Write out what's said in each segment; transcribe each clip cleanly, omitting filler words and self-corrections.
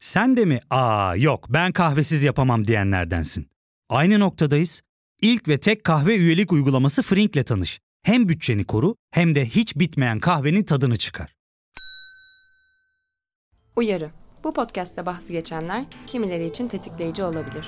Sen de mi yok ben kahvesiz yapamam diyenlerdensin? Aynı noktadayız. İlk ve tek kahve üyelik uygulaması Frink'le tanış. Hem bütçeni koru hem de hiç bitmeyen kahvenin tadını çıkar. Uyarı. Bu podcast'ta bahsi geçenler kimileri için tetikleyici olabilir.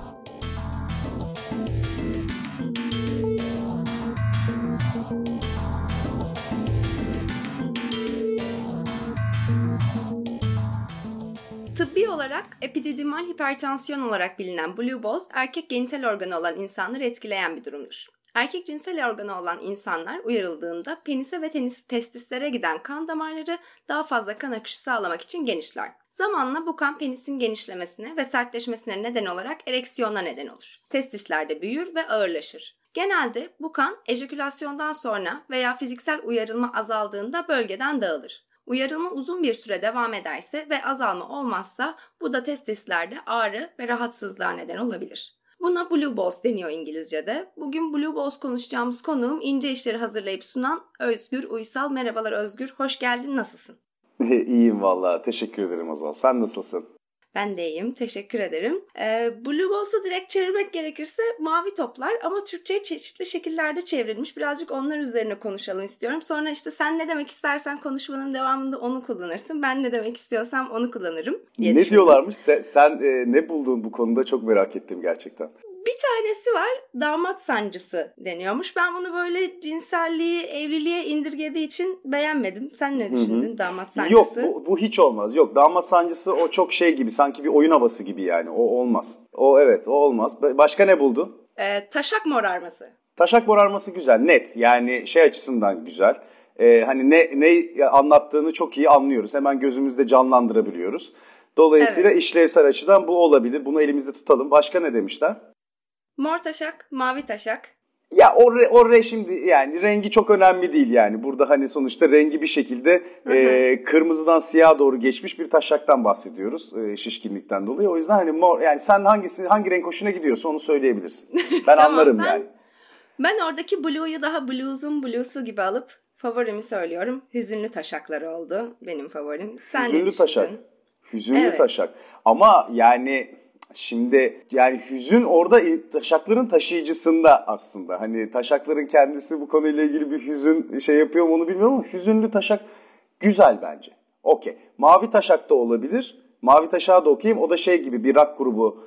Tıbbi olarak epididimal hipertansiyon olarak bilinen Blue Balls, erkek genital organı olan insanları etkileyen bir durumdur. Erkek cinsel organı olan insanlar uyarıldığında penise ve testislere giden kan damarları daha fazla kan akışı sağlamak için genişler. Zamanla bu kan penisin genişlemesine ve sertleşmesine neden olarak ereksiyona neden olur. Testisler de büyür ve ağırlaşır. Genelde bu kan ejekülasyondan sonra veya fiziksel uyarılma azaldığında bölgeden dağılır. Uyarılma uzun bir süre devam ederse ve azalma olmazsa bu da testislerde ağrı ve rahatsızlığa neden olabilir. Buna Blue Balls deniyor İngilizce'de. Bugün Blue Balls konuşacağımız konuğum ince işleri hazırlayıp sunan Özgür Uysal. Merhabalar Özgür, hoş geldin, nasılsın? İyiyim vallahi, teşekkür ederim Azal. Sen nasılsın? Ben de iyiyim, teşekkür ederim. Blue Balls'u direkt çevirmek gerekirse mavi toplar ama Türkçe'ye çeşitli şekillerde çevrilmiş. Birazcık onlar üzerine konuşalım istiyorum. Sonra işte sen ne demek istersen konuşmanın devamında onu kullanırsın. Ben ne demek istiyorsam onu kullanırım diye Ne diyorlarmış? Sen ne buldun bu konuda, çok merak ettim gerçekten. Bir tanesi var, damat sancısı deniyormuş. Ben bunu böyle cinselliği, evliliğe indirgediği için beğenmedim. Sen ne düşündün damat sancısı? Yok, bu hiç olmaz. Yok, damat sancısı o çok şey gibi, sanki bir oyun havası gibi yani. O olmaz. O olmaz. Başka ne buldun? Taşak morarması. Taşak morarması güzel, net. Yani şey açısından güzel. Hani ne anlattığını çok iyi anlıyoruz. Hemen gözümüzde canlandırabiliyoruz. Dolayısıyla evet, işlevsel açıdan bu olabilir. Bunu elimizde tutalım. Başka ne demişler? Mor taşak, mavi taşak. Ya şimdi yani rengi çok önemli değil yani. Burada hani sonuçta rengi bir şekilde kırmızıdan siyaha doğru geçmiş bir taşaktan bahsediyoruz şişkinlikten dolayı. O yüzden hani mor, yani sen hangi renk hoşuna gidiyorsa onu söyleyebilirsin. Ben tamam, anlarım yani. Ben oradaki blue'yu daha blues'un blue'su gibi alıp favorimi söylüyorum. Hüzünlü taşakları oldu benim favorim. Sen hüzünlü taşak. Hüzünlü evet, taşak. Ama yani şimdi yani hüzün orada taşakların taşıyıcısında aslında. Hani taşakların kendisi bu konuyla ilgili bir hüzün şey yapıyor mu onu bilmiyorum ama hüzünlü taşak güzel bence. Okey. Mavi taşak da olabilir. Mavi taşağı da okuyayım. O da şey gibi bir rock grubu.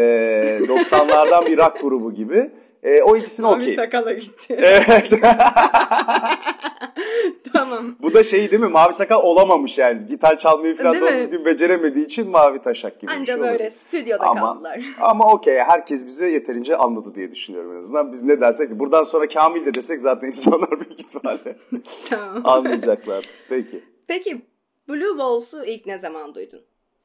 90'lardan bir rock grubu gibi. O ikisini okey. Mavi sakala gitti. Evet. Tamam. Bu da şey değil mi? Mavi sakal olamamış yani. Gitar çalmayı falan doğru düzgün beceremediği için mavi taşak gibi bir şey böyle olur. Stüdyoda kaldılar. Ama okey, herkes bize yeterince anladı diye düşünüyorum en azından. Biz ne dersek de buradan sonra Kamil de desek zaten insanlar büyük ihtimalle tamam, anlayacaklar. Peki Blue Balls'u ilk ne zaman duydun?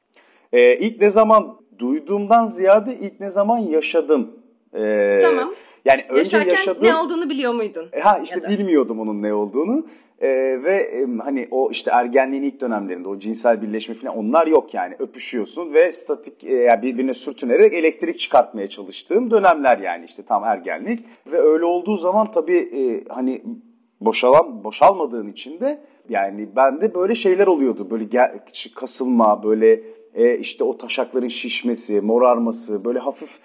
İlk ne zaman duyduğumdan ziyade ilk ne zaman yaşadım. Tamam. Yani yaşarken yaşadım. Ne olduğunu biliyor muydun? Bilmiyordum onun ne olduğunu. Ve hani o işte ergenliğin ilk dönemlerinde o cinsel birleşme falan onlar yok yani. Öpüşüyorsun ve statik yani birbirine sürtünerek elektrik çıkartmaya çalıştığım dönemler yani işte tam ergenlik. Ve öyle olduğu zaman tabii hani boşalmadığın için de yani bende böyle şeyler oluyordu. Böyle kasılma, böyle işte o taşakların şişmesi, morarması, böyle hafif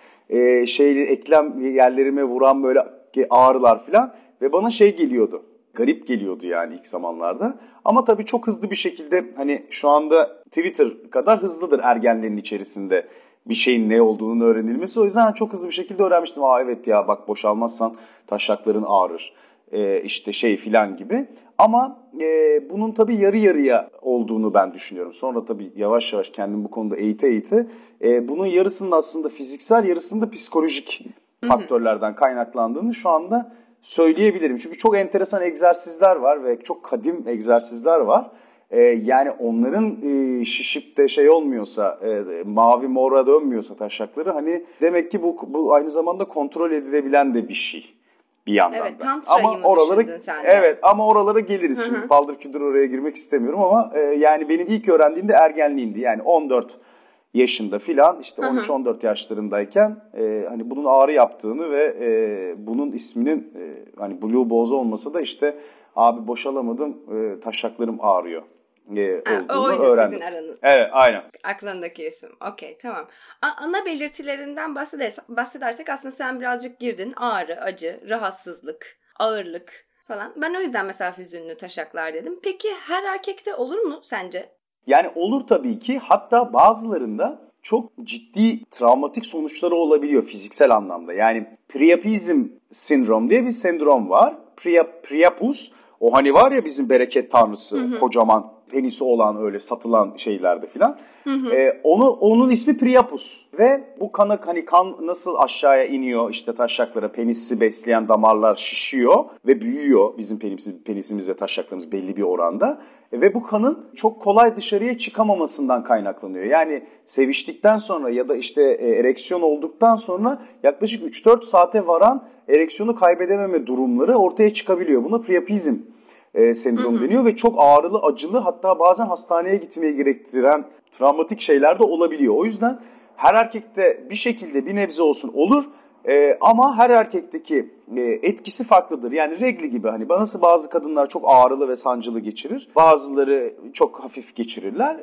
eklem yerlerime vuran böyle ağrılar falan ve bana şey geliyordu. Garip geliyordu yani ilk zamanlarda. Ama tabii çok hızlı bir şekilde hani şu anda Twitter kadar hızlıdır ergenlerin içerisinde bir şeyin ne olduğunun öğrenilmesi. O yüzden çok hızlı bir şekilde öğrenmiştim. Evet ya bak boşalmazsan taşakların ağrır. İşte şey filan gibi. Ama bunun tabii yarı yarıya olduğunu ben düşünüyorum. Sonra tabii yavaş yavaş kendim bu konuda eğite bunun yarısının aslında fiziksel, yarısının da psikolojik faktörlerden kaynaklandığını şu anda söyleyebilirim. Çünkü çok enteresan egzersizler var ve çok kadim egzersizler var. Yani onların şişip de şey olmuyorsa, mavi mora dönmüyorsa taşakları hani demek ki bu aynı zamanda kontrol edilebilen de bir şey. Bir yandan evet, da. tantrayı mı düşündün sen de? Evet, ama oralara geliriz. Şimdi paldır küldür oraya girmek istemiyorum ama yani benim ilk öğrendiğimde ergenliğimdi. Yani 14 yaşında filan işte 13-14 yaşlarındayken hani bunun ağrı yaptığını ve bunun isminin hani Blue Balls olmasa da işte abi boşalamadım, taşaklarım ağrıyor olduğunu oydu öğrendim. sizin aranız. Evet, aynen. Aklındaki isim. Okey, tamam. Ana belirtilerinden bahsedersek aslında sen birazcık girdin. Ağrı, acı, rahatsızlık, ağırlık falan. Ben o yüzden mesela hüzünlü taşaklar dedim. Peki her erkekte olur mu sence? Yani olur tabii ki. Hatta bazılarında çok ciddi travmatik sonuçları olabiliyor fiziksel anlamda. Yani priapizm sendrom diye bir sendrom var. Priapus, o hani var ya bizim bereket tanrısı, kocaman penisi olan öyle satılan şeylerde filan. Onun ismi Priapus ve bu hani kan nasıl aşağıya iniyor işte taşaklara, penisi besleyen damarlar şişiyor ve büyüyor bizim penisimiz ve taşaklarımız belli bir oranda. Ve bu kanın çok kolay dışarıya çıkamamasından kaynaklanıyor. Yani seviştikten sonra ya da işte ereksiyon olduktan sonra yaklaşık 3-4 saate varan ereksiyonu kaybedememe durumları ortaya çıkabiliyor. Buna priapizm sendrom deniyor ve çok ağrılı, acılı, hatta bazen hastaneye gitmeye gerektiren travmatik şeyler de olabiliyor. O yüzden her erkekte bir şekilde bir nebze olsun olur ama her erkekteki etkisi farklıdır. Yani regli gibi hani nasıl bazı kadınlar çok ağrılı ve sancılı geçirir, bazıları çok hafif geçirirler.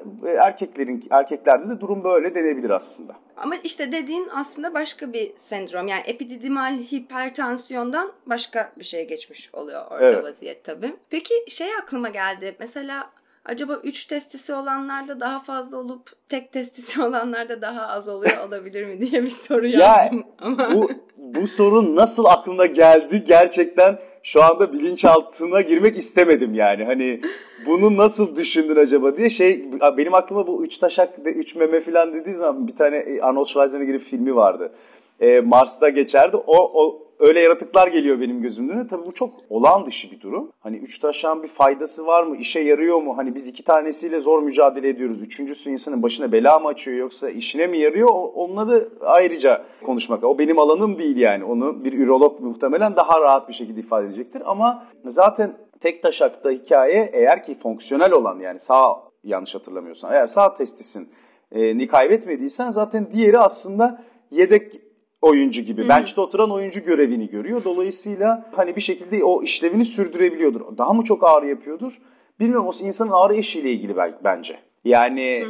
Erkeklerde de durum böyle denebilir aslında. Ama işte dediğin aslında başka bir sendrom. Yani epididimal hipertansiyondan başka bir şeye geçmiş oluyor orada vaziyet tabii. Peki aklıma geldi. Mesela acaba 3 testisi olanlarda daha fazla olup tek testisi olanlarda daha az oluyor olabilir mi diye bir soru yazdım. Ama Bu soru nasıl aklına geldi gerçekten şu anda bilinçaltına girmek istemedim yani. Hani bunu nasıl düşündün acaba diye benim aklıma bu 3 taşak, 3 meme falan dediği zaman bir tane Arnold Schwarzenegger'in filmi vardı. Mars'ta geçerdi. O öyle yaratıklar geliyor benim gözümün önüne. Tabii bu çok olağan dışı bir durum. Hani 3 taşağın bir faydası var mı? İşe yarıyor mu? Hani biz 2 tanesiyle zor mücadele ediyoruz. Üçüncüsü insanın başına bela mı açıyor yoksa işine mi yarıyor? Onları ayrıca konuşmak. O benim alanım değil yani. Onu bir ürolog muhtemelen daha rahat bir şekilde ifade edecektir. Ama zaten tek taşakta hikaye eğer ki fonksiyonel olan yani yanlış hatırlamıyorsam eğer sağ testisini kaybetmediysen zaten diğeri aslında yedek oyuncu gibi. Bench'te oturan oyuncu görevini görüyor. Dolayısıyla hani bir şekilde o işlevini sürdürebiliyordur. Daha mı çok ağrı yapıyordur? Bilmiyorum, o insanın ağrı eşiğiyle ilgili bence. Yani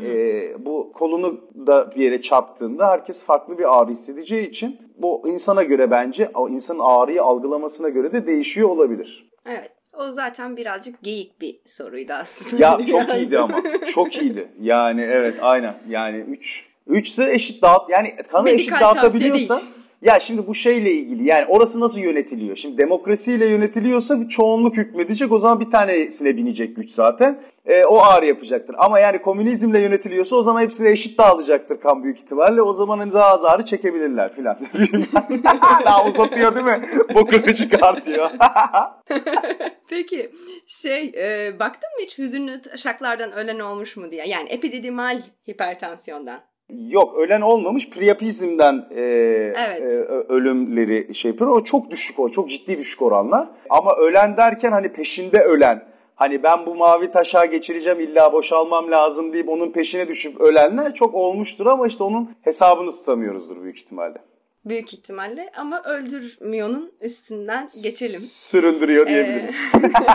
bu kolunu da bir yere çarptığında herkes farklı bir ağrı hissedeceği için bu insana göre bence o insanın ağrıyı algılamasına göre de değişiyor olabilir. Evet. O zaten birazcık geyik bir soruydu aslında. Ya çok iyiydi ama. Çok iyiydi. Yani evet aynen. Yani 3 ise eşit yani kanı eşit dağıtabiliyorsa. Ya şimdi bu şeyle ilgili yani orası nasıl yönetiliyor? Şimdi demokrasiyle yönetiliyorsa bir çoğunluk hükmedecek, o zaman bir tanesine binecek güç zaten. O ağrı yapacaktır. Ama yani komünizmle yönetiliyorsa o zaman hepsine eşit dağılacaktır kan büyük ihtimalle. O zaman hani daha az ağrı çekebilirler filan. Daha uzatıyor değil mi? Bokunu çıkartıyor. Peki baktın mı hiç hüzünlü taşaklardan ölen olmuş mu diye? Yani epididimal hipertansiyondan. Yok, ölen olmamış. Priapizmden ölümleri yapıyor. O çok düşük, çok ciddi düşük oranlar. Ama ölen derken hani peşinde ölen, hani ben bu mavi taşağı geçireceğim illa boşalmam lazım deyip onun peşine düşüp ölenler çok olmuştur ama işte onun hesabını tutamıyoruzdur büyük ihtimalle. Büyük ihtimalle ama öldürmüyor'nun üstünden geçelim. Süründürüyor diyebiliriz.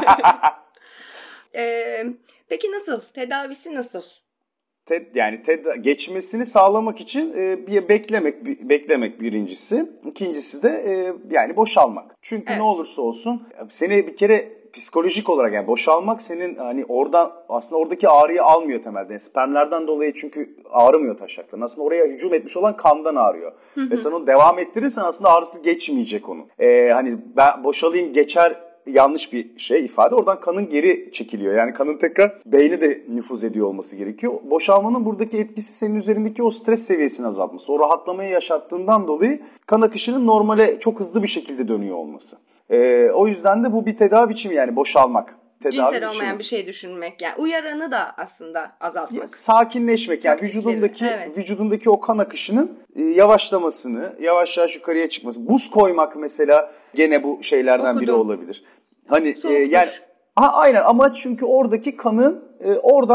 Peki nasıl? Tedavisi nasıl? Geçmesini sağlamak için beklemek birincisi. İkincisi de yani boşalmak. Çünkü ne olursa olsun seni bir kere psikolojik olarak yani boşalmak senin hani oradan aslında oradaki ağrıyı almıyor temelde. Yani spermlerden dolayı çünkü ağrımıyor taşakların. Aslında oraya hücum etmiş olan kandan ağrıyor. Ve sen onu devam ettirirsen aslında ağrısı geçmeyecek onun. Hani ben boşalayım geçer yanlış bir ifade. Oradan kanın geri çekiliyor. Yani kanın tekrar beyne de nüfuz ediyor olması gerekiyor. Boşalmanın buradaki etkisi senin üzerindeki o stres seviyesini azaltması. O rahatlamayı yaşattığından dolayı kan akışının normale çok hızlı bir şekilde dönüyor olması. O yüzden de bu bir tedavi biçimi yani boşalmak. Cinsel olmayan bir şey düşünmek yani uyaranı da aslında azaltmak. Ya, sakinleşmek yani vücudundaki o kan akışının yavaşlamasını, yavaş yavaş yukarıya çıkması. Buz koymak mesela gene bu şeylerden biri olabilir. Hani yani aynen, ama çünkü oradaki kanın oradan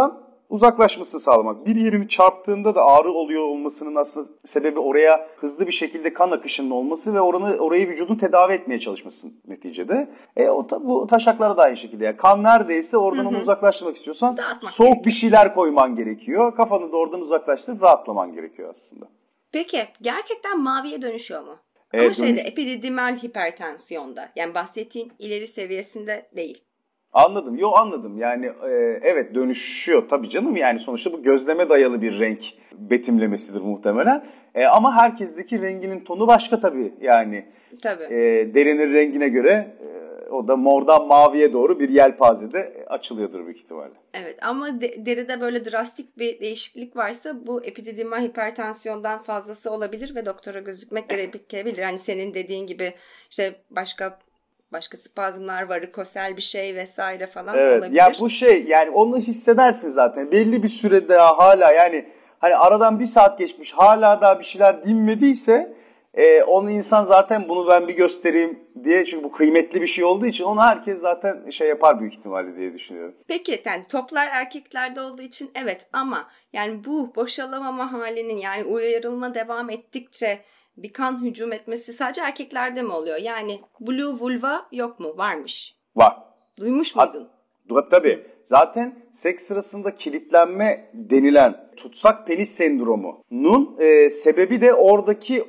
uzaklaşmasını sağlamak. Bir yerini çarptığında da ağrı oluyor olmasının aslında sebebi oraya hızlı bir şekilde kan akışının olması ve orayı vücudun tedavi etmeye çalışması neticede. Bu taşaklara da aynı şekilde. Yani kan neredeyse oradan onu uzaklaştırmak istiyorsan soğuk bir şeyler koyman gerekiyor. Kafanı da oradan uzaklaştırıp rahatlaman gerekiyor aslında. Peki gerçekten maviye dönüşüyor mu? Ama epididimal hipertansiyonda, yani bahsettiğin ileri seviyesinde değil. Anladım. Yani evet dönüşüyor tabii canım. Yani sonuçta bu gözleme dayalı bir renk betimlemesidir muhtemelen. Ama herkesteki renginin tonu başka tabii. Yani tabii. Derinin rengine göre o da mordan maviye doğru bir yelpazede açılıyordur büyük ihtimalle. Evet ama deride böyle drastik bir değişiklik varsa bu epididimal hipertansiyondan fazlası olabilir ve doktora gözükmek gerekebilir. Hani senin dediğin gibi işte başka spazmlar, varikosel bir şey vesaire falan olabilir. Ya bu yani onu hissedersin zaten. Belli bir sürede hala yani hani aradan bir saat geçmiş hala daha bir şeyler dinmediyse onu insan zaten bunu ben bir göstereyim diye, çünkü bu kıymetli bir şey olduğu için onu herkes zaten yapar büyük ihtimalle diye düşünüyorum. Peki yani toplar erkeklerde olduğu için evet, ama yani bu boşalamama halinin, yani uyarılma devam ettikçe bir kan hücum etmesi sadece erkeklerde mi oluyor? Yani blue vulva yok mu? Varmış. Var. Duymuş muydun? Tabii. Zaten seks sırasında kilitlenme denilen tutsak penis sendromunun sebebi de oradaki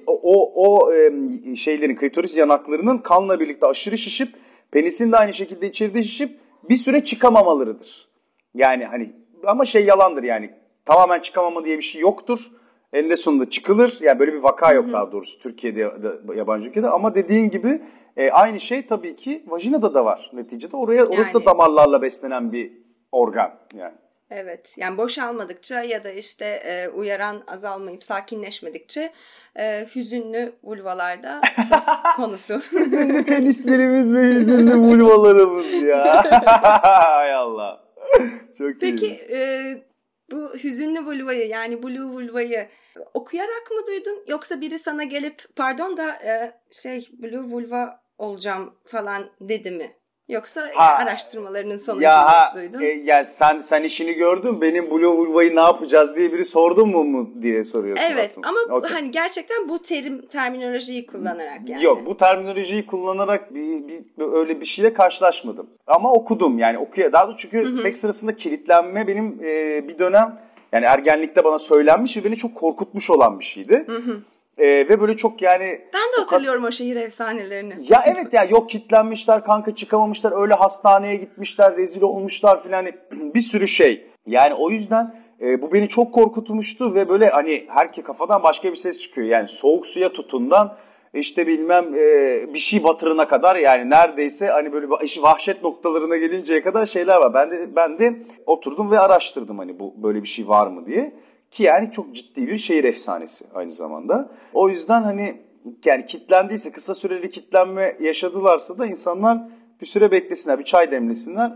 şeylerin, klitoris yanaklarının kanla birlikte aşırı şişip, penisin de aynı şekilde içeride şişip bir süre çıkamamalarıdır. Yani hani ama yalandır yani. Tamamen çıkamama diye bir şey yoktur. Eninde sonunda çıkılır. Yani böyle bir vaka yok daha doğrusu Türkiye'de ya da yabancı ülkede. Ama dediğin gibi aynı şey tabii ki vajinada da var neticede. Orası da damarlarla beslenen bir organ yani. Evet, yani boşalmadıkça ya da uyaran azalmayıp sakinleşmedikçe hüzünlü vulvalarda söz konusu. Hüzünlü penislerimiz ve hüzünlü vulvalarımız ya. Hay Allah. Çok iyi. Peki bu hüzünlü vulvayı, yani blue vulvayı okuyarak mı duydun, yoksa biri sana gelip pardon da blue vulva olacağım falan dedi mi? Yoksa araştırmalarının sonucunu duydun? Ya sen işini gördün, benim blue vulvayı ne yapacağız diye biri sordun mu diye soruyorsun evet, aslında. ama hani gerçekten bu terminolojiyi kullanarak yani. Yok, bu terminolojiyi kullanarak öyle bir şeyle karşılaşmadım. Ama okudum yani daha da çünkü seks sırasında kilitlenme benim bir dönem yani ergenlikte bana söylenmiş ve beni çok korkutmuş olan bir şeydi. Ve böyle çok yani... Ben de hatırlıyorum o şehir efsanelerini. Ya evet ya, yok kilitlenmişler kanka, çıkamamışlar, öyle hastaneye gitmişler, rezil olmuşlar filan, bir sürü şey. Yani o yüzden bu beni çok korkutmuştu ve böyle hani kafadan başka bir ses çıkıyor. Yani soğuk suya tutundan bilmem bir şey batırına kadar, yani neredeyse hani böyle vahşet noktalarına gelinceye kadar şeyler var. Ben de oturdum ve araştırdım hani bu böyle bir şey var mı diye. Ki yani çok ciddi bir şehir efsanesi aynı zamanda. O yüzden hani yani kilitlendiyse, kısa süreli kilitlenme yaşadılarsa da insanlar bir süre beklesinler, bir çay demlesinler.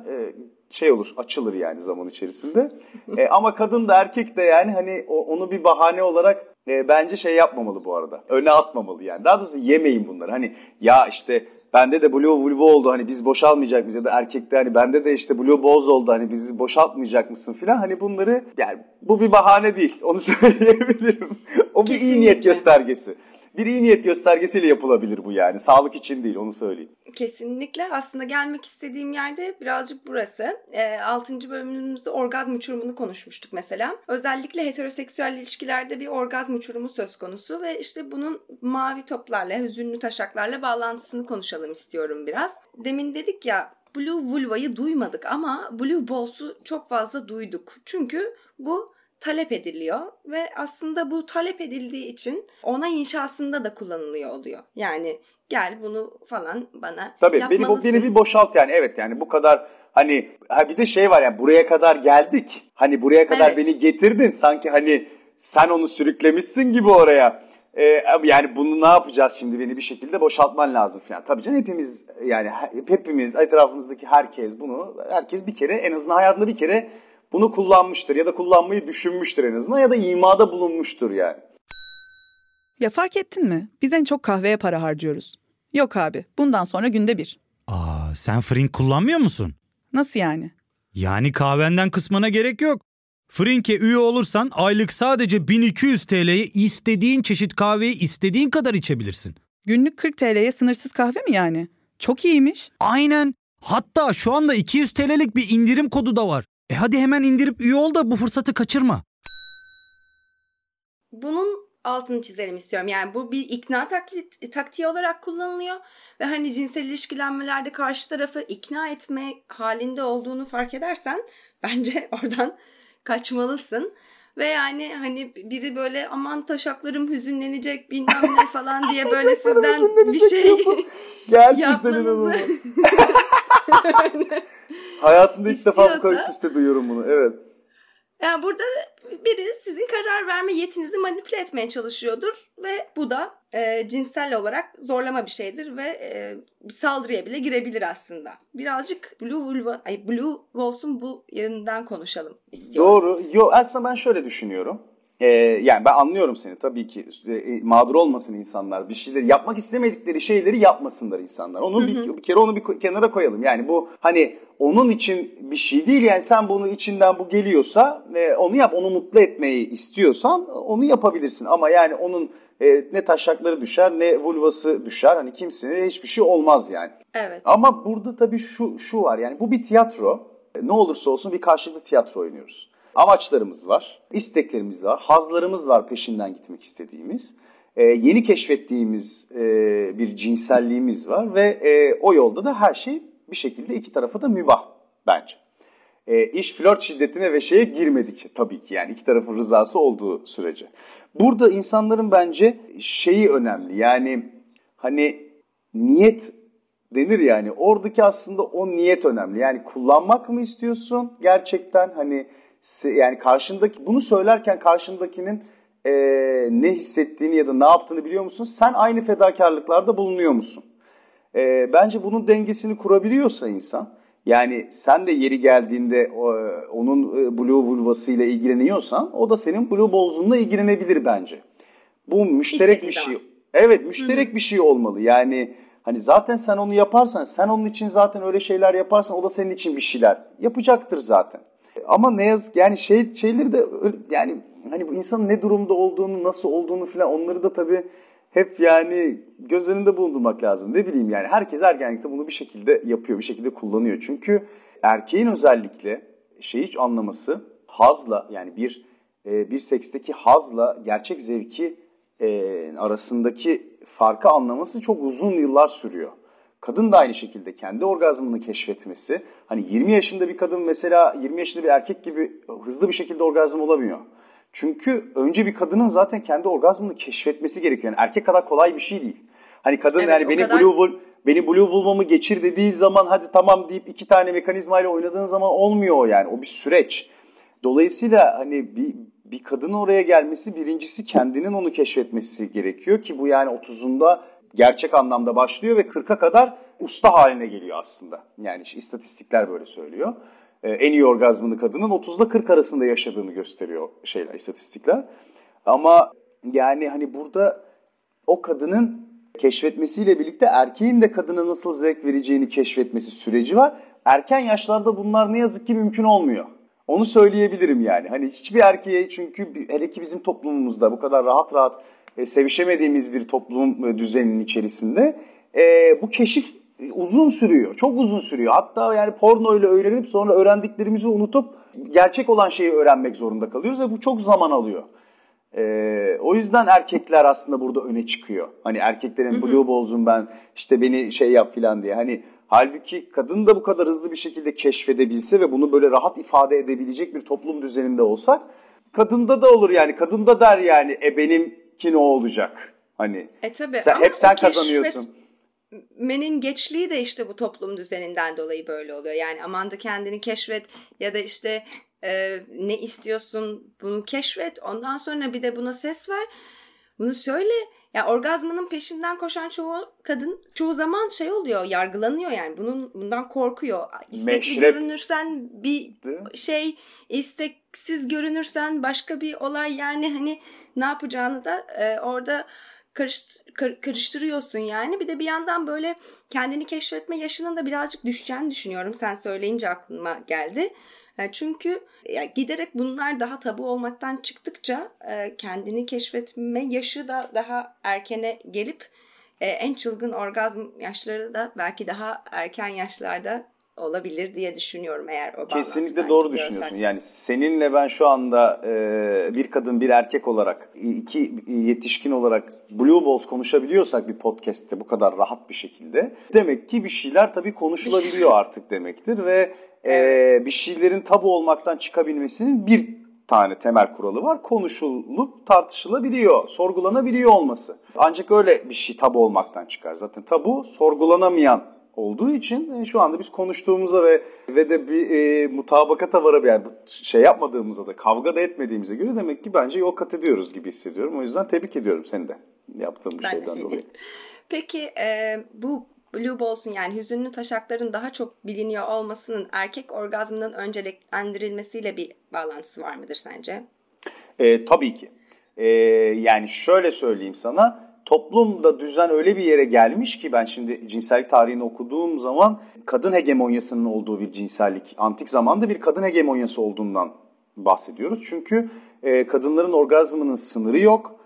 Açılır yani zaman içerisinde. Ama kadın da erkek de yani hani onu bir bahane olarak bence yapmamalı bu arada. Öne atmamalı yani. Daha doğrusu yemeyin bunları. Hani ya bende de blue vulva oldu, hani biz boşalmayacak mıyız? Ya da erkekte hani bende de blue balls oldu, hani bizi boşaltmayacak mısın filan. Hani bunları, yani bu bir bahane değil. Onu söyleyebilirim. O bir iyi niyet göstergesi. Bir iyi niyet göstergesiyle yapılabilir bu yani. Sağlık için değil, onu söyleyeyim. Kesinlikle. Aslında gelmek istediğim yerde birazcık burası. 6. bölümümüzde orgazm uçurumunu konuşmuştuk mesela. Özellikle heteroseksüel ilişkilerde bir orgazm uçurumu söz konusu ve bunun mavi toplarla, hüzünlü taşaklarla bağlantısını konuşalım istiyorum biraz. Demin dedik ya, blue vulva'yı duymadık ama blue balls'u çok fazla duyduk. Çünkü bu talep ediliyor ve aslında bu talep edildiği için onay inşasında da kullanılıyor oluyor. Yani gel bunu falan bana tabii, yapmalısın. Beni bir boşalt yani. Evet yani bu kadar hani bir de var yani, buraya kadar geldik. Hani buraya kadar beni getirdin. Sanki hani sen onu sürüklemişsin gibi oraya. Yani bunu ne yapacağız şimdi, beni bir şekilde boşaltman lazım falan. Tabii canım, hepimiz etrafımızdaki herkes bir kere, en azından hayatında bir kere bunu kullanmıştır ya da kullanmayı düşünmüştür en azından, ya da imada bulunmuştur yani. Ya fark ettin mi? Biz en çok kahveye para harcıyoruz. Yok abi, bundan sonra günde 1. Sen Frink kullanmıyor musun? Nasıl yani? Yani kahvenden kısmına gerek yok. Frink'e üye olursan aylık sadece 1200 TL'ye istediğin çeşit kahveyi istediğin kadar içebilirsin. Günlük 40 TL'ye sınırsız kahve mi yani? Çok iyiymiş. Aynen. Hatta şu anda 200 TL'lik bir indirim kodu da var. Hadi hemen indirip üye ol da bu fırsatı kaçırma. Bunun altını çizelim istiyorum. Yani bu bir ikna taktiği olarak kullanılıyor ve hani cinsel ilişkilenmelerde karşı tarafı ikna etme halinde olduğunu fark edersen bence oradan kaçmalısın. Ve yani hani biri böyle aman taşaklarım hüzünlenecek bilmem ne falan diye böyle sizden bir şey gerçekten inanılmaz. Hayatımda ilk defa bu kadar üst üste duyuyorum bunu. Evet. Yani burada biri sizin karar verme yetinizi manipüle etmeye çalışıyordur ve bu da cinsel olarak zorlama bir şeydir ve bir saldırıya bile girebilir aslında. Birazcık Blue Walls'un bu yönünden konuşalım istiyorum. Doğru. Aslında ben şöyle düşünüyorum. Yani ben anlıyorum seni tabii ki. Mağdur olmasın insanlar. Bir şeyleri yapmak istemedikleri şeyleri yapmasınlar insanlar. Onu bir kere onu bir kenara koyalım. Yani bu hani onun için bir şey değil. Yani sen bunu içinden bu geliyorsa onu yap. Onu mutlu etmeyi istiyorsan onu yapabilirsin. Ama yani onun ne taşakları düşer ne vulvası düşer. Hani kimsenin hiçbir şey olmaz yani. Evet. Ama burada tabii şu var. Yani bu bir tiyatro. Ne olursa olsun bir karşılıklı tiyatro oynuyoruz. Amaçlarımız var, isteklerimiz var, hazlarımız var peşinden gitmek istediğimiz. Yeni keşfettiğimiz bir cinselliğimiz var ve o yolda da her şey bir şekilde iki tarafa da mübah bence. İş flört şiddetine ve şeye girmedikçe tabii ki yani iki tarafın rızası olduğu sürece. Burada insanların bence şeyi önemli yani hani niyet denir yani oradaki aslında o niyet önemli. Yani kullanmak mı istiyorsun gerçekten hani yani karşındaki bunu söylerken karşındakinin ne hissettiğini ya da ne yaptığını biliyor musun? Sen aynı fedakarlıklarda bulunuyor musun? Bence bunun dengesini kurabiliyorsa insan yani sen de yeri geldiğinde onun blue vulvasıyla ilgileniyorsan o da senin blue balls'unla ilgilenebilir bence. Bu müşterek bir şey. Evet müşterek bir şey olmalı yani. Hani zaten sen onu yaparsan, sen onun için zaten öyle şeyler yaparsan o da senin için bir şeyler yapacaktır zaten. Ama ne yazık yani şeyleri de yani hani bu insanın ne durumda olduğunu, nasıl olduğunu falan onları da tabii hep yani göz önünde bulundurmak lazım. Ne bileyim yani herkes ergenlikte bunu bir şekilde yapıyor, bir şekilde kullanıyor. Çünkü erkeğin özellikle hiç anlaması hazla yani bir seksteki hazla gerçek zevki arasındaki farkı anlaması çok uzun yıllar sürüyor. Kadın da aynı şekilde kendi orgazmını keşfetmesi. Hani 20 yaşında bir kadın mesela 20 yaşında bir erkek gibi hızlı bir şekilde orgazm olamıyor. Çünkü önce bir kadının zaten kendi orgazmını keşfetmesi gerekiyor. Yani erkek kadar kolay bir şey değil. Hani kadın evet, yani beni blue vulvamı geçir dediği zaman hadi tamam deyip iki tane mekanizmayla oynadığın zaman olmuyor o yani. O bir süreç. Dolayısıyla hani bir kadının oraya gelmesi birincisi kendinin onu keşfetmesi gerekiyor ki bu yani 30'unda gerçek anlamda başlıyor ve 40'a kadar usta haline geliyor aslında. Yani istatistikler böyle söylüyor. En iyi orgazmını kadının 30'da 40 arasında yaşadığını gösteriyor istatistikler. Ama yani hani burada o kadının keşfetmesiyle birlikte erkeğin de kadına nasıl zevk vereceğini keşfetmesi süreci var. Erken yaşlarda bunlar ne yazık ki mümkün olmuyor. Onu söyleyebilirim yani. Hani hiçbir erkeğe çünkü hele ki bizim toplumumuzda bu kadar rahat sevişemediğimiz bir toplum düzeninin içerisinde bu keşif uzun sürüyor. Çok uzun sürüyor. Hatta yani porno ile öğrenip sonra öğrendiklerimizi unutup gerçek olan şeyi öğrenmek zorunda kalıyoruz ve bu çok zaman alıyor. O yüzden erkekler aslında burada öne çıkıyor. Hani erkeklerin blue balls'um ben işte beni şey yap filan diye. Hani halbuki kadın da bu kadar hızlı bir şekilde keşfedebilse ve bunu böyle rahat ifade edebilecek bir toplum düzeninde olsak kadında da olur yani. Kadın da der yani benimki ne olacak? Hani tabii, hep sen kazanıyorsun. Menin geçliği de işte bu toplum düzeninden dolayı böyle oluyor. Yani aman da kendini keşfet ya da işte ne istiyorsun bunu keşfet. Ondan sonra bir de buna ses ver. Bunu söyle. Ya orgazmının peşinden koşan çoğu kadın çoğu zaman şey oluyor, yargılanıyor yani. Bundan korkuyor. İstekli görünürsen bir şey, isteksiz görünürsen başka bir olay yani hani ne yapacağını da orada karıştırıyorsun yani. Bir de bir yandan böyle kendini keşfetme yaşının da birazcık düşeceğini düşünüyorum. Sen söyleyince aklıma geldi. Çünkü giderek bunlar daha tabu olmaktan çıktıkça kendini keşfetme yaşı da daha erkene gelip en çılgın orgazm yaşları da belki daha erken yaşlarda olabilir diye düşünüyorum eğer o bağlantıdan Kesinlikle doğru düşünüyorsun. Yani seninle ben şu anda bir kadın bir erkek olarak, iki yetişkin olarak Blue Balls konuşabiliyorsak bir podcast'te bu kadar rahat bir şekilde, demek ki bir şeyler tabii konuşulabiliyor artık demektir ve bir şeylerin tabu olmaktan çıkabilmesinin bir tane temel kuralı var. Konuşulup tartışılabiliyor, sorgulanabiliyor olması. Ancak öyle bir şey tabu olmaktan çıkar. Zaten tabu sorgulanamayan olduğu için şu anda biz konuştuğumuza ve de bir mutabakata yani bu şey yapmadığımıza da kavga da etmediğimize göre demek ki bence yol kat ediyoruz gibi hissediyorum. O yüzden tebrik ediyorum seni de yaptığım bir şeyden dolayı. Peki bu Blue Balls'un yani hüzünlü taşakların daha çok biliniyor olmasının erkek orgazmının önceliklendirilmesiyle bir bağlantısı var mıdır sence? Tabii ki. Yani şöyle söyleyeyim sana. Toplumda düzen öyle bir yere gelmiş ki ben şimdi cinsellik tarihini okuduğum zaman kadın hegemonyasının olduğu bir cinsellik, antik zamanda bir kadın hegemonyası olduğundan bahsediyoruz. Çünkü kadınların orgazmının sınırı yok.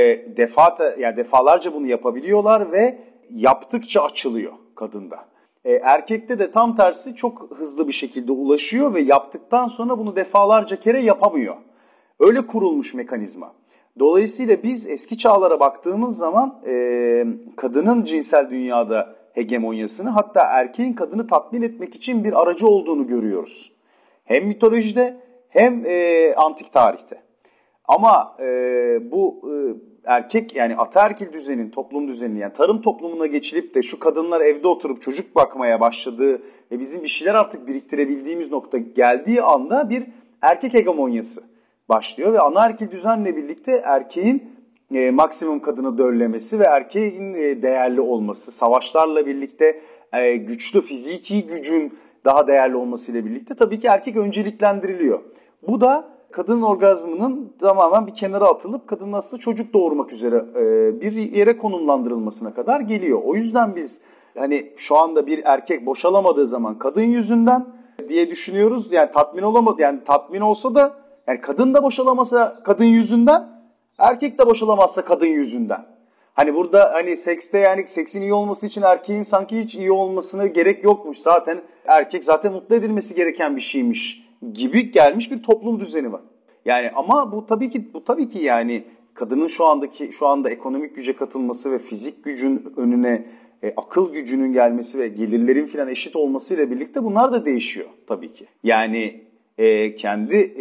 Defalarca bunu yapabiliyorlar ve yaptıkça açılıyor kadında. Erkekte de tam tersi çok hızlı bir şekilde ulaşıyor ve yaptıktan sonra bunu defalarca kere yapamıyor. Öyle kurulmuş mekanizma. Dolayısıyla biz eski çağlara baktığımız zaman kadının cinsel dünyada hegemonyasını, hatta erkeğin kadını tatmin etmek için bir aracı olduğunu görüyoruz. Hem mitolojide hem antik tarihte. Ama bu erkek yani ataerkil düzenin, toplum düzeninin yani tarım toplumuna geçilip de şu kadınlar evde oturup çocuk bakmaya başladığı ve bizim bir şeyler artık biriktirebildiğimiz nokta geldiği anda bir erkek hegemonyası başlıyor ve anaerkil düzenle birlikte erkeğin maksimum kadını döllemesi ve erkeğin değerli olması, savaşlarla birlikte güçlü fiziki gücün daha değerli olmasıyla birlikte tabii ki erkek önceliklendiriliyor. Bu da kadının orgazmının tamamen bir kenara atılıp kadının aslında çocuk doğurmak üzere bir yere konumlandırılmasına kadar geliyor. O yüzden biz hani şu anda bir erkek boşalamadığı zaman kadın yüzünden diye düşünüyoruz. Yani tatmin olamadı, yani tatmin olsa da yani kadın da boşalamasa kadın yüzünden, erkek de boşalamazsa kadın yüzünden. Hani burada hani sekste yani seksin iyi olması için erkeğin sanki hiç iyi olmasına gerek yokmuş. Zaten erkek zaten mutlu edilmesi gereken bir şeymiş gibi gelmiş bir toplum düzeni var. Yani ama bu tabii ki yani kadının şu anda ekonomik güce katılması ve fizik gücün önüne akıl gücünün gelmesi ve gelirlerin filan eşit olmasıyla birlikte bunlar da değişiyor tabii ki. Yani kendi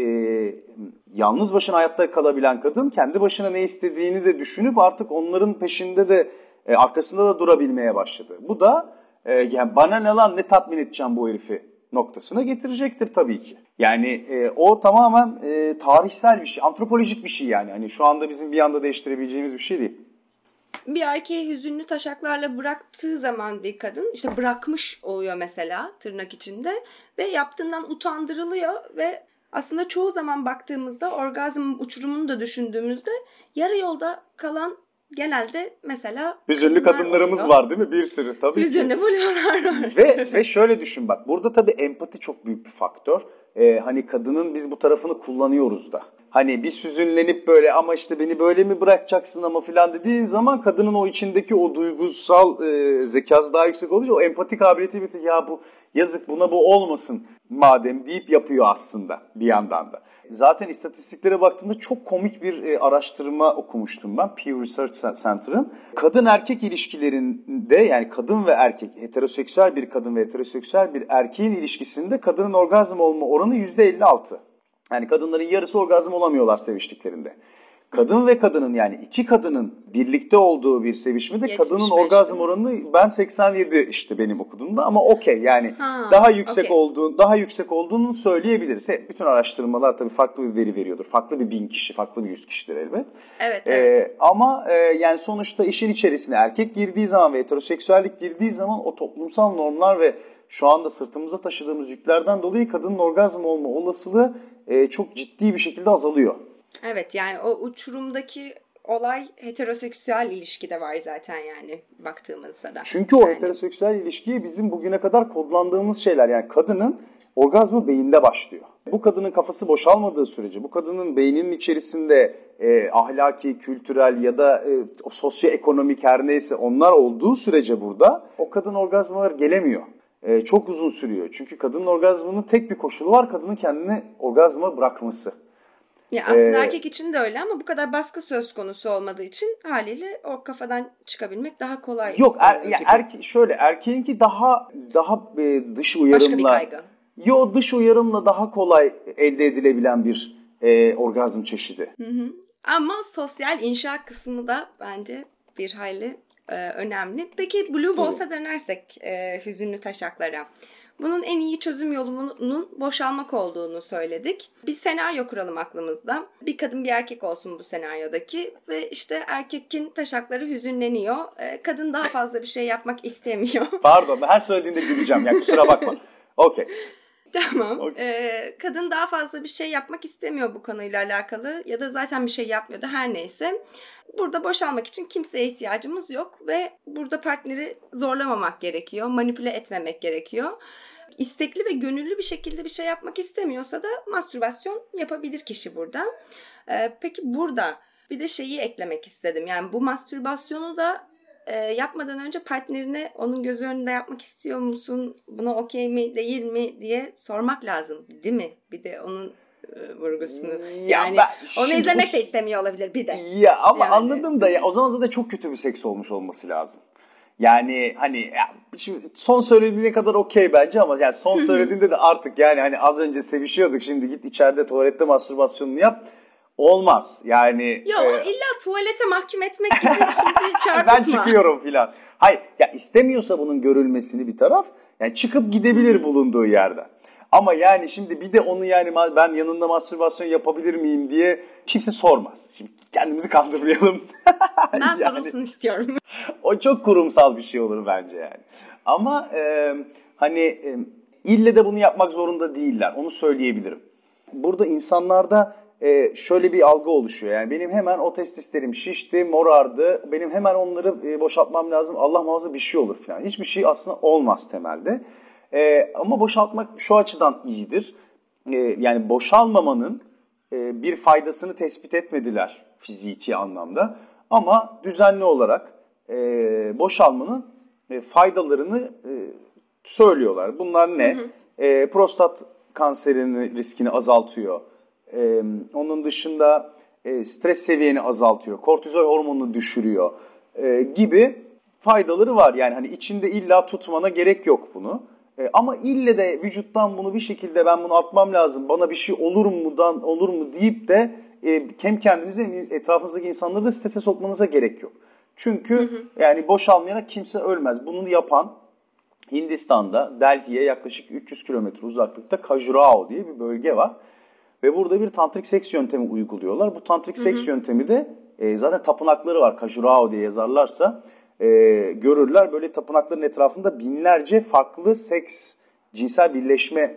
yalnız başına hayatta kalabilen kadın kendi başına ne istediğini de düşünüp artık onların peşinde de arkasında da durabilmeye başladı. Bu da yani bana ne lan, ne tatmin edeceğim bu herifi noktasına getirecektir tabii ki. Yani o tamamen tarihsel bir şey, antropolojik bir şey yani. Hani şu anda bizim bir anda değiştirebileceğimiz bir şey değil. Bir erkeği hüzünlü taşaklarla bıraktığı zaman bir kadın işte bırakmış oluyor mesela tırnak içinde ve yaptığından utandırılıyor ve aslında çoğu zaman baktığımızda orgazm uçurumunu da düşündüğümüzde yarı yolda kalan genelde mesela hüzünlü kadınlarımız oluyor. Var değil mi? Bir sürü tabii hüzünlü ki. buluyorlar var. Ve şöyle düşün bak, burada tabii empati çok büyük bir faktör. Hani kadının biz bu tarafını kullanıyoruz da. Hani biz hüzünlenip böyle ama işte beni böyle mi bırakacaksın ama filan dediğin zaman kadının o içindeki o duygusal zekası daha yüksek olunca o empati kabiliyeti bitiyor. Ya bu yazık, buna bu olmasın madem deyip yapıyor aslında bir yandan da. Zaten istatistiklere baktığımda çok komik bir araştırma okumuştum ben Pew Research Center'ın. Kadın erkek ilişkilerinde yani kadın ve erkek, heteroseksüel bir kadın ve heteroseksüel bir erkeğin ilişkisinde kadının orgazm olma oranı %56. Yani kadınların yarısı orgazm olamıyorlar seviştiklerinde. Kadın ve kadının yani iki kadının birlikte olduğu bir sevişmede 75, kadının orgazm oranı ben 87 işte benim okuduğumda ama okey yani daha yüksek olduğunu söyleyebiliriz. Bütün araştırmalar tabii farklı bir veri veriyordur. Farklı bir 1000 kişi, farklı bir 100 kişidir elbet. Evet. Ama yani sonuçta işin içerisine erkek girdiği zaman ve heteroseksüellik girdiği zaman o toplumsal normlar ve şu anda sırtımıza taşıdığımız yüklerden dolayı kadının orgazm olma olasılığı çok ciddi bir şekilde azalıyor. Evet, yani o uçurumdaki olay heteroseksüel ilişkide var zaten yani baktığımızda da. Çünkü o heteroseksüel ilişkiye bizim bugüne kadar kodlandığımız şeyler, yani kadının orgazmı beyinde başlıyor. Bu kadının kafası boşalmadığı sürece, bu kadının beyninin içerisinde ahlaki, kültürel ya da sosyoekonomik her neyse onlar olduğu sürece burada o kadın orgazmına gelemiyor. Çok uzun sürüyor. Çünkü kadının orgazmının tek bir koşulu var, kadının kendini orgazma bırakması. Ya aslında erkek için de öyle ama bu kadar baskı söz konusu olmadığı için haliyle o kafadan çıkabilmek daha kolay. Yok erkeğinki daha dış uyarımla. Başka bir kaygı. Dış uyarımla daha kolay elde edilebilen bir orgazm çeşidi. Hı. Ama sosyal inşa kısmı da bence bir hayli önemli. Peki Blue Balls'a dönersek hüzünlü taşaklara. Bunun en iyi çözüm yolunun boşalmak olduğunu söyledik. Bir senaryo kuralım aklımızda. Bir kadın bir erkek olsun bu senaryodaki ve işte erkekin taşakları hüzünleniyor. Kadın daha fazla bir şey yapmak istemiyor. Pardon, ben her söylediğinde güleceğim ya, kusura bakma. Okey. Tamam. Okay. Kadın daha fazla bir şey yapmak istemiyor bu konuyla alakalı ya da zaten bir şey yapmıyordu, her neyse. Burada boşalmak için kimseye ihtiyacımız yok ve burada partneri zorlamamak gerekiyor, manipüle etmemek gerekiyor. İstekli ve gönüllü bir şekilde bir şey yapmak istemiyorsa da mastürbasyon yapabilir kişi burada. Peki burada bir de şeyi eklemek istedim. Yani bu mastürbasyonu da yapmadan önce partnerine onun gözü önünde yapmak istiyor musun? Buna okey mi değil mi diye sormak lazım, değil mi? Bir de onun vurgusunu. Yani onu izlemek de istemiyor olabilir bir de. Ya ama yani. Anladım da ya, o zaman zaten çok kötü bir seks olmuş olması lazım. Yani hani ya, şimdi son söylediğine kadar okey bence ama yani son söylediğinde de artık yani hani az önce sevişiyorduk, şimdi git içeride tuvalette mastürbasyonunu yap. Olmaz yani. Yok illa tuvalete mahkum etmek gibi şimdi çarpıtma. Ben çıkıyorum filan. Hayır ya, istemiyorsa bunun görülmesini bir taraf, yani çıkıp gidebilir bulunduğu yerden. Ama yani şimdi bir de onu yani ben yanında mastürbasyon yapabilir miyim diye kimse sormaz. Şimdi kendimizi kandırmayalım. Ben yani, sorulsun istiyorum. O çok kurumsal bir şey olur bence yani. Ama ille de bunu yapmak zorunda değiller. Onu söyleyebilirim. Burada insanlarda şöyle bir algı oluşuyor. Yani benim hemen o testislerim şişti, morardı. Benim hemen onları boşaltmam lazım. Allah muhafaza bir şey olur falan. Hiçbir şey aslında olmaz temelde. Ama boşaltmak şu açıdan iyidir. Yani boşalmamanın bir faydasını tespit etmediler fiziki anlamda. Ama düzenli olarak boşalmanın faydalarını söylüyorlar. Bunlar ne? Prostat kanserinin riskini azaltıyor. Onun dışında stres seviyeni azaltıyor. Kortizol hormonunu düşürüyor gibi faydaları var. Yani hani içinde illa tutmana gerek yok bunu. Ama ille de vücuttan bunu bir şekilde ben bunu atmam lazım, bana bir şey olur mu deyip de hem kendinizi hem etrafınızdaki insanları da strese sokmanıza gerek yok. Çünkü yani boşalmayarak kimse ölmez. Bunu yapan Hindistan'da Delhi'ye yaklaşık 300 kilometre uzaklıkta Khajuraho diye bir bölge var. Ve burada bir tantrik seks yöntemi uyguluyorlar. Bu tantrik seks yöntemi de zaten tapınakları var. Khajuraho diye yazarlarsa görürler. Böyle tapınakların etrafında binlerce farklı seks, cinsel birleşme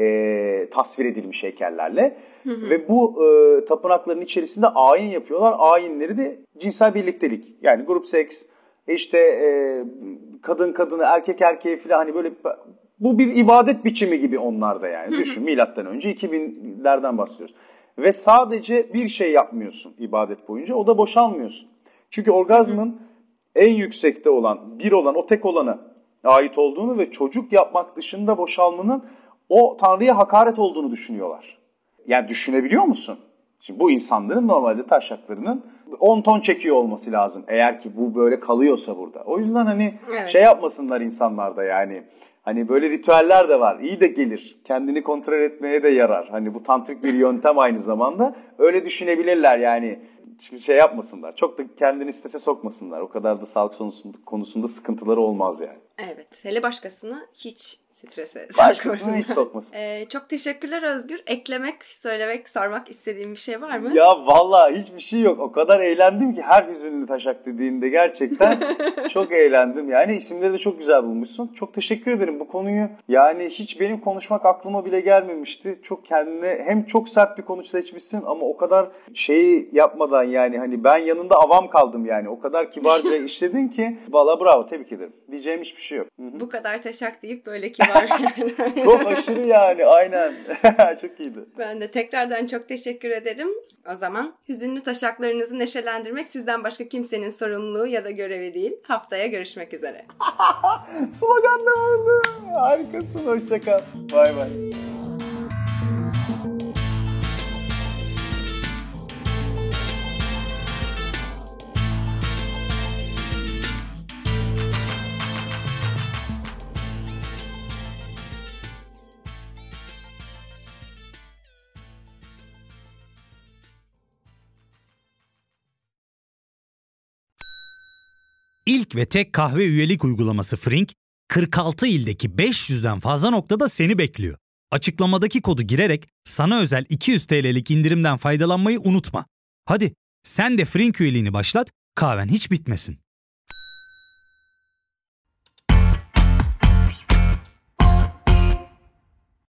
tasvir edilmiş heykellerle. Ve bu tapınakların içerisinde ayin yapıyorlar. Ayinleri de cinsel birliktelik. Yani grup seks, işte kadın kadına, erkek erkeğe falan, hani böyle bu bir ibadet biçimi gibi onlarda yani. Düşün, milattan önce 2000'lerden bahsediyoruz. Ve sadece bir şey yapmıyorsun ibadet boyunca, o da boşalmıyorsun. Çünkü orgazmın en yüksekte olan, bir olan, o tek olana ait olduğunu ve çocuk yapmak dışında boşalmanın o Tanrı'ya hakaret olduğunu düşünüyorlar. Yani düşünebiliyor musun? Şimdi bu insanların normalde taşaklarının 10 ton çekiyor olması lazım eğer ki bu böyle kalıyorsa burada. O yüzden hani şey yapmasınlar insanlar da yani. Hani böyle ritüeller de var. İyi de gelir. Kendini kontrol etmeye de yarar. Hani bu tantrik bir yöntem aynı zamanda. Öyle düşünebilirler yani. Şey yapmasınlar. Çok da kendini strese sokmasınlar. O kadar da sağlık konusunda sıkıntıları olmaz yani. Evet. Hele başkasını hiç strese Başkasını hiç sokmasın. Çok teşekkürler Özgür. Eklemek, söylemek, sormak istediğin bir şey var mı? Ya vallahi hiçbir şey yok. O kadar eğlendim ki her hüzünlü taşak dediğinde gerçekten çok eğlendim. Yani isimleri de çok güzel bulmuşsun. Çok teşekkür ederim bu konuyu. Yani hiç benim konuşmak aklıma bile gelmemişti. Çok kendine hem çok sert bir konu seçmişsin ama o kadar şeyi yapmadan yani hani ben yanında avam kaldım yani. O kadar kibarca işledin ki vallahi bravo, tebrik ederim. Diyeceğim hiçbir şey yok. Hı-hı. Bu kadar taşak deyip böyle kibar. Çok aşırı yani, aynen. Çok iyiydi. Ben de tekrardan çok teşekkür ederim. O zaman hüzünlü taşaklarınızı neşelendirmek sizden başka kimsenin sorumluluğu ya da görevi değil. Haftaya görüşmek üzere. Slogan da vardı. Harikasın. Hoşça kal. Bay bay. İlk ve tek kahve üyelik uygulaması Frink, 46 ildeki 500'den fazla noktada seni bekliyor. Açıklamadaki kodu girerek sana özel 200 TL'lik indirimden faydalanmayı unutma. Hadi sen de Frink üyeliğini başlat, kahven hiç bitmesin.